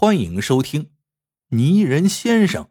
欢迎收听《泥人先生》。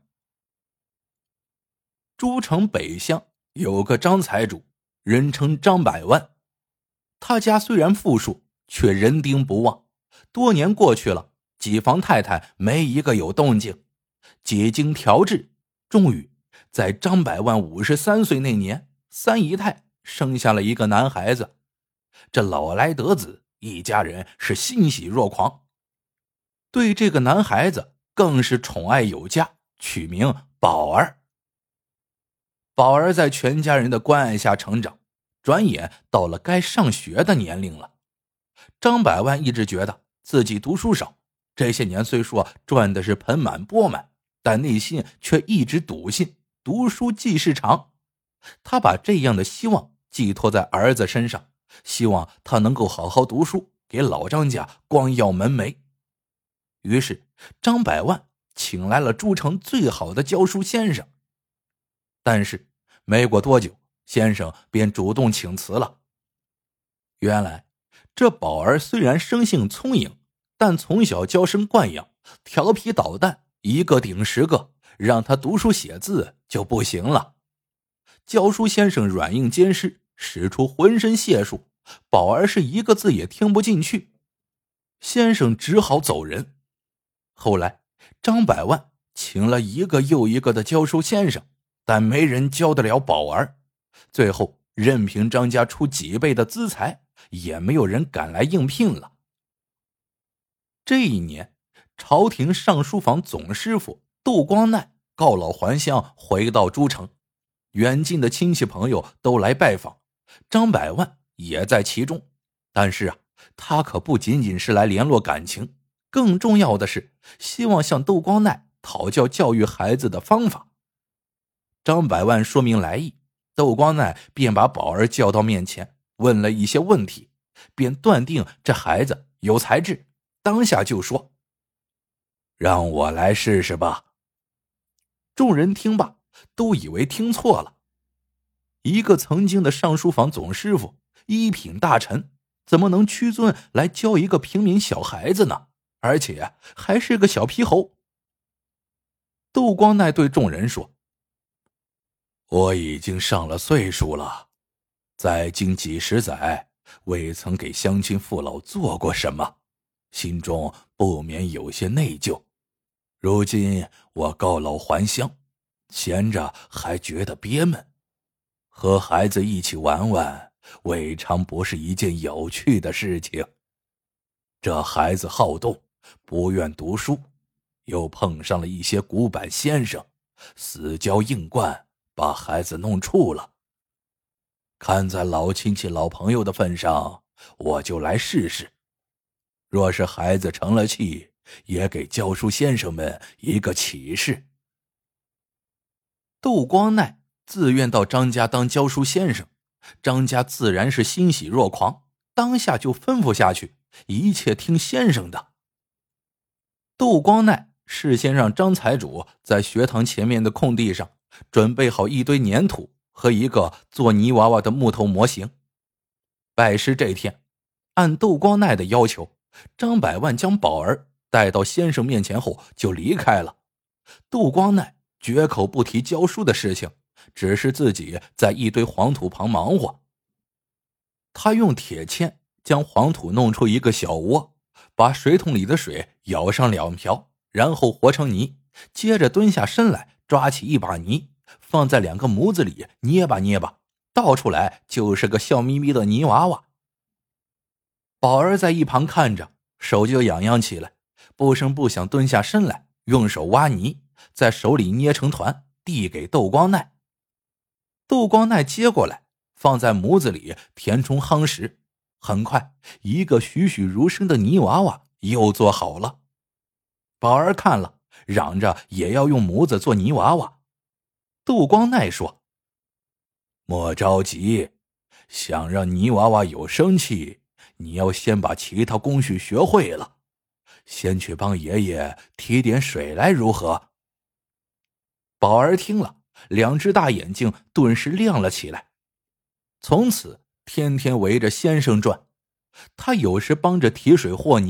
诸城北乡有个张财主，人称张百万。他家虽然富庶，却人丁不旺。多年过去了，几房太太没一个有动静。几经调治，终于在张百万53岁那年，三姨太生下了一个男孩子。这老来得子，一家人是欣喜若狂，对这个男孩子更是宠爱有加，取名宝儿。宝儿在全家人的关爱下成长，转眼到了该上学的年龄了。张百万一直觉得自己读书少，这些年虽说赚的是盆满钵满，但内心却一直笃信读书即是长。他把这样的希望寄托在儿子身上，希望他能够好好读书，给老张家光耀门楣。于是张百万请来了诸城最好的教书先生。但是没过多久，先生便主动请辞了。原来这宝儿虽然生性聪颖，但从小娇生惯养，调皮捣蛋，一个顶10个，让他读书写字就不行了。教书先生软硬兼施，使出浑身解数，宝儿是一个字也听不进去。先生只好走人。后来张百万请了一个又一个的教书先生，但没人教得了宝儿。最后任凭张家出几倍的资财，也没有人敢来应聘了。这一年，朝廷上书房总师傅窦光鼐告老还乡回到诸城，远近的亲戚朋友都来拜访，张百万也在其中。但是他可不仅仅是来联络感情，更重要的是希望向窦光鼐讨教教育孩子的方法。张百万说明来意，窦光鼐便把宝儿叫到面前，问了一些问题，便断定这孩子有才智，当下就说：“让我来试试吧。”众人听罢都以为听错了。一个曾经的上书房总师傅，一品大臣，怎么能屈尊来教一个平民小孩子呢？而且还是个小皮猴。窦光鼐对众人说：“我已经上了岁数了，在经几十载，未曾给乡亲父老做过什么，心中不免有些内疚。如今我告老还乡，闲着还觉得憋闷，和孩子一起玩玩，未尝不是一件有趣的事情。这孩子好动，不愿读书，又碰上了一些古板先生，死教硬灌，把孩子弄怵了。看在老亲戚老朋友的份上，我就来试试。若是孩子成了器，也给教书先生们一个启示。”窦光鼐自愿到张家当教书先生，张家自然是欣喜若狂，当下就吩咐下去，一切听先生的。窦光鼐事先让张财主在学堂前面的空地上准备好一堆粘土和一个做泥娃娃的木头模型。拜师这天，按窦光鼐的要求，张百万将宝儿带到先生面前后就离开了。窦光鼐绝口不提教书的事情，只是自己在一堆黄土旁忙活。他用铁钎将黄土弄出一个小窝，把水桶里的水舀上2瓢，然后和成泥，接着蹲下身来，抓起一把泥，放在2个模子里捏吧捏吧，倒出来就是个笑眯眯的泥娃娃。宝儿在一旁看着，手就痒痒起来，不声不响蹲下身来，用手挖泥，在手里捏成团，递给窦光鼐。窦光鼐接过来，放在模子里填充夯实。很快，一个栩栩如生的泥娃娃又做好了。宝儿看了，嚷着也要用模子做泥娃娃。窦光鼐说：“莫着急，想让泥娃娃有生气，你要先把其他工序学会了。先去帮爷爷提点水来如何？”宝儿听了，2只大眼睛顿时亮了起来。从此天天围着先生转，他有时帮着提水和泥，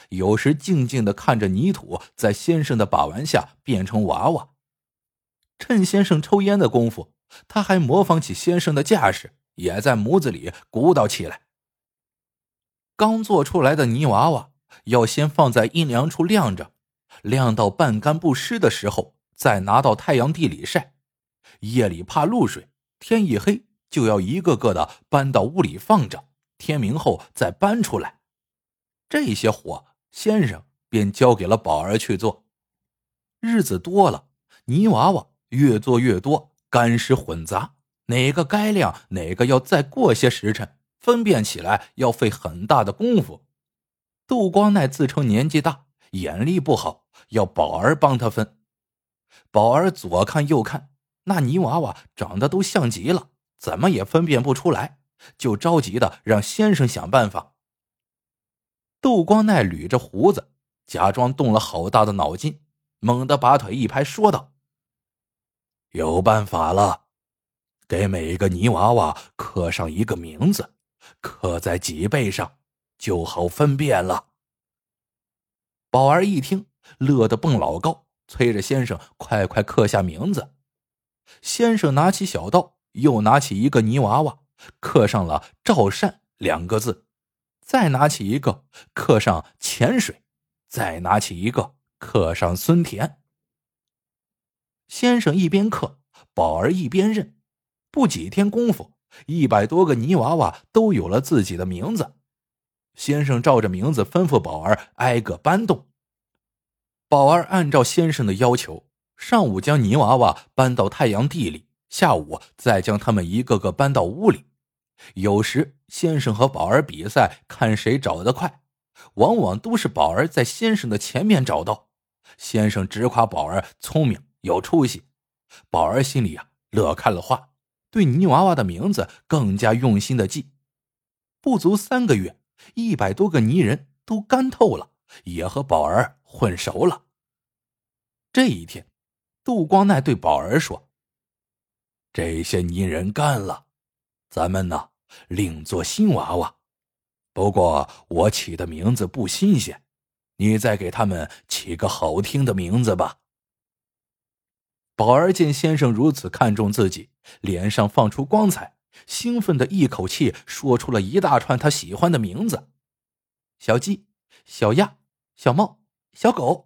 有时静静地看着泥土在先生的把玩下变成娃娃。趁先生抽烟的功夫，他还模仿起先生的架势，也在模子里鼓捣起来。刚做出来的泥娃娃要先放在阴凉处晾着，晾到半干不湿的时候再拿到太阳地里晒。夜里怕露水，天一黑就要一个个的搬到屋里放着，天明后再搬出来。这些活先生便交给了宝儿去做。日子多了，泥娃娃越做越多，干湿混杂，哪个该晾，哪个要再过些时辰，分辨起来要费很大的功夫。杜光奈自称年纪大，眼力不好，要宝儿帮他分。宝儿左看右看，那泥娃娃长得都像极了，怎么也分辨不出来，就着急的让先生想办法。杜光奈捋着胡子，假装动了好大的脑筋，猛地把腿一拍，说道：有办法了，给每个泥娃娃刻上一个名字，刻在脊背上，就好分辨了。宝儿一听，乐得蹦老高，催着先生快快刻下名字。先生拿起小刀，又拿起一个泥娃娃，刻上了赵善2个字，再拿起一个，刻上潜水，再拿起一个，刻上孙田。先生一边刻，宝儿一边认，不几天功夫，100多个泥娃娃都有了自己的名字。先生照着名字吩咐宝儿挨个搬动。宝儿按照先生的要求，上午将泥娃娃搬到太阳地里，下午再将他们一个个搬到屋里。有时先生和宝儿比赛，看谁找得快，往往都是宝儿在先生的前面找到。先生直夸宝儿聪明有出息，宝儿心里乐开了花，对泥娃娃的名字更加用心的记。不足3个月，100多个泥人都干透了，也和宝儿混熟了。这一天，杜光奈对宝儿说：这些泥人干了，咱们呢另做新娃娃，不过我起的名字不新鲜，你再给他们起个好听的名字吧。宝儿见先生如此看重自己，脸上放出光彩，兴奋的一口气说出了一大串他喜欢的名字：小鸡、小鸭、小猫、小狗。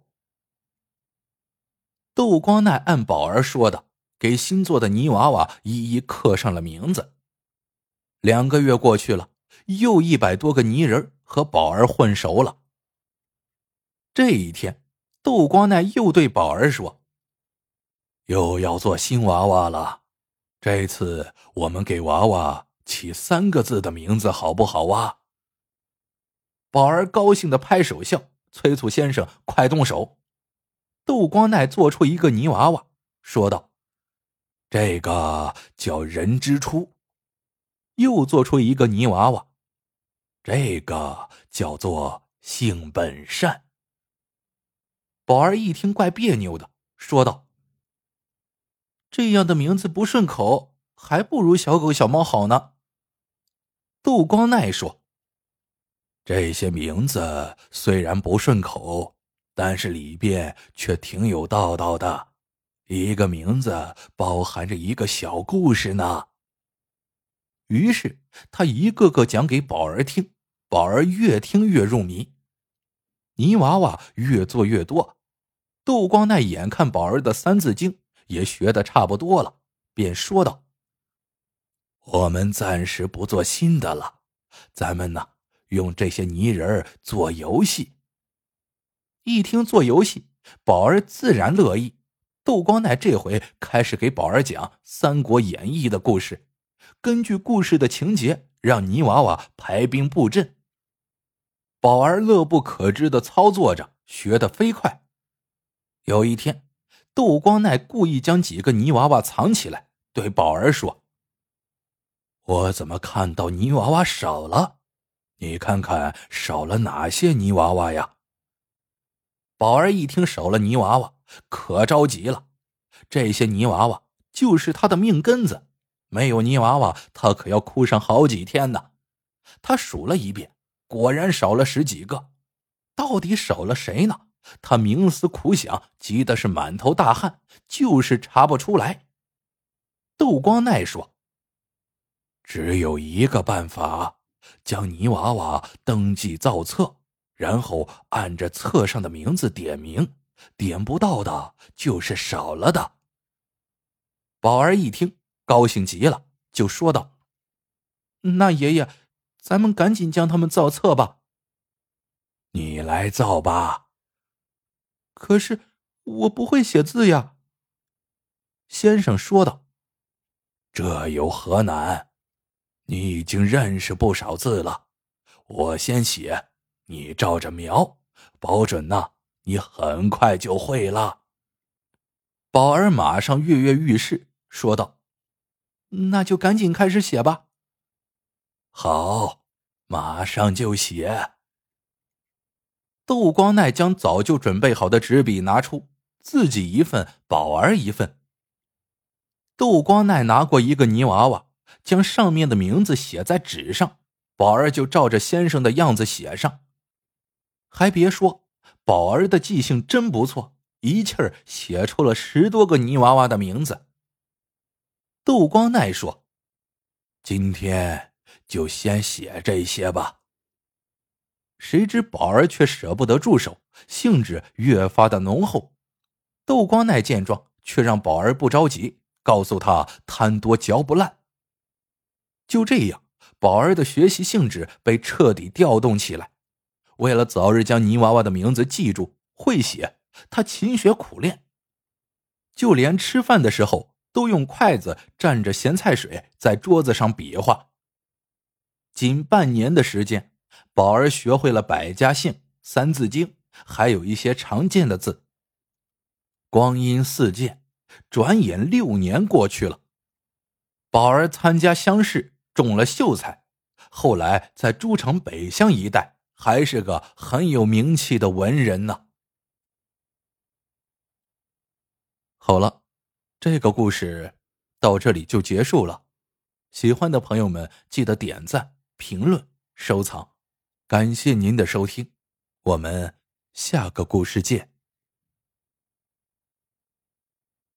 杜光奈按宝儿说的，给新做的泥娃娃一一刻上了名字。2个月过去了，又100多个泥人和宝儿混熟了。这一天，杜光奈又对宝儿说：又要做新娃娃了，这次我们给娃娃起3个字的名字好不好啊？宝儿高兴地拍手笑，催促先生快动手。杜光奈做出一个泥娃娃，说道：这个叫人之初。又做出一个泥娃娃，这个叫做性本善。宝儿一听怪别扭的，说道：这样的名字不顺口，还不如小狗小猫好呢。杜光奈说：这些名字虽然不顺口，但是里边却挺有道道的，一个名字包含着一个小故事呢。于是他一个个讲给宝儿听，宝儿越听越入迷。泥娃娃越做越多，杜光奈眼看宝儿的3字经也学得差不多了，便说道：我们暂时不做新的了，咱们呢用这些泥人做游戏。一听做游戏，宝儿自然乐意。杜光奈这回开始给宝儿讲《三国演义》的故事，根据故事的情节让泥娃娃排兵布阵。宝儿乐不可支地操作着，学得飞快。有一天，杜光奈故意将几个泥娃娃藏起来，对宝儿说：我怎么看到泥娃娃少了？你看看少了哪些泥娃娃呀？宝儿一听少了泥娃娃，可着急了。这些泥娃娃就是他的命根子，没有泥娃娃他可要哭上好几天呢。他数了一遍，果然少了10几个。 到底少了谁呢？他冥思苦想，急得是满头大汗，就是查不出来。窦光鼐说：“只有一个办法，将泥娃娃登记造册，然后按着册上的名字点名，点不到的就是少了的。”宝儿一听，高兴极了，就说道：“那爷爷，咱们赶紧将他们造册吧。”“你来造吧。”“可是我不会写字呀。”先生说道。“这有何难？你已经认识不少字了，我先写，你照着描，保准你很快就会了。”宝儿马上跃跃欲试，说道：“那就赶紧开始写吧。”“好，马上就写。”窦光鼐将早就准备好的纸笔拿出，自己一份，宝儿一份。窦光鼐拿过一个泥娃娃，将上面的名字写在纸上，宝儿就照着先生的样子写上。还别说，宝儿的记性真不错，一气儿写出了10多个泥娃娃的名字。窦光鼐说：“今天就先写这些吧。”谁知宝儿却舍不得住手，兴致越发的浓厚。窦光鼐见状，却让宝儿不着急，告诉他贪多嚼不烂。就这样，宝儿的学习兴致被彻底调动起来。为了早日将泥娃娃的名字记住会写，他勤学苦练，就连吃饭的时候都用筷子蘸着咸菜水在桌子上比划。仅半年的时间，宝儿学会了百家姓、三字经，还有一些常见的字。光阴似箭，转眼6年过去了。宝儿参加乡试，中了秀才，后来在诸城北乡一带还是个很有名气的文人呢。好了，这个故事到这里就结束了。喜欢的朋友们记得点赞、评论、收藏，感谢您的收听，我们下个故事见。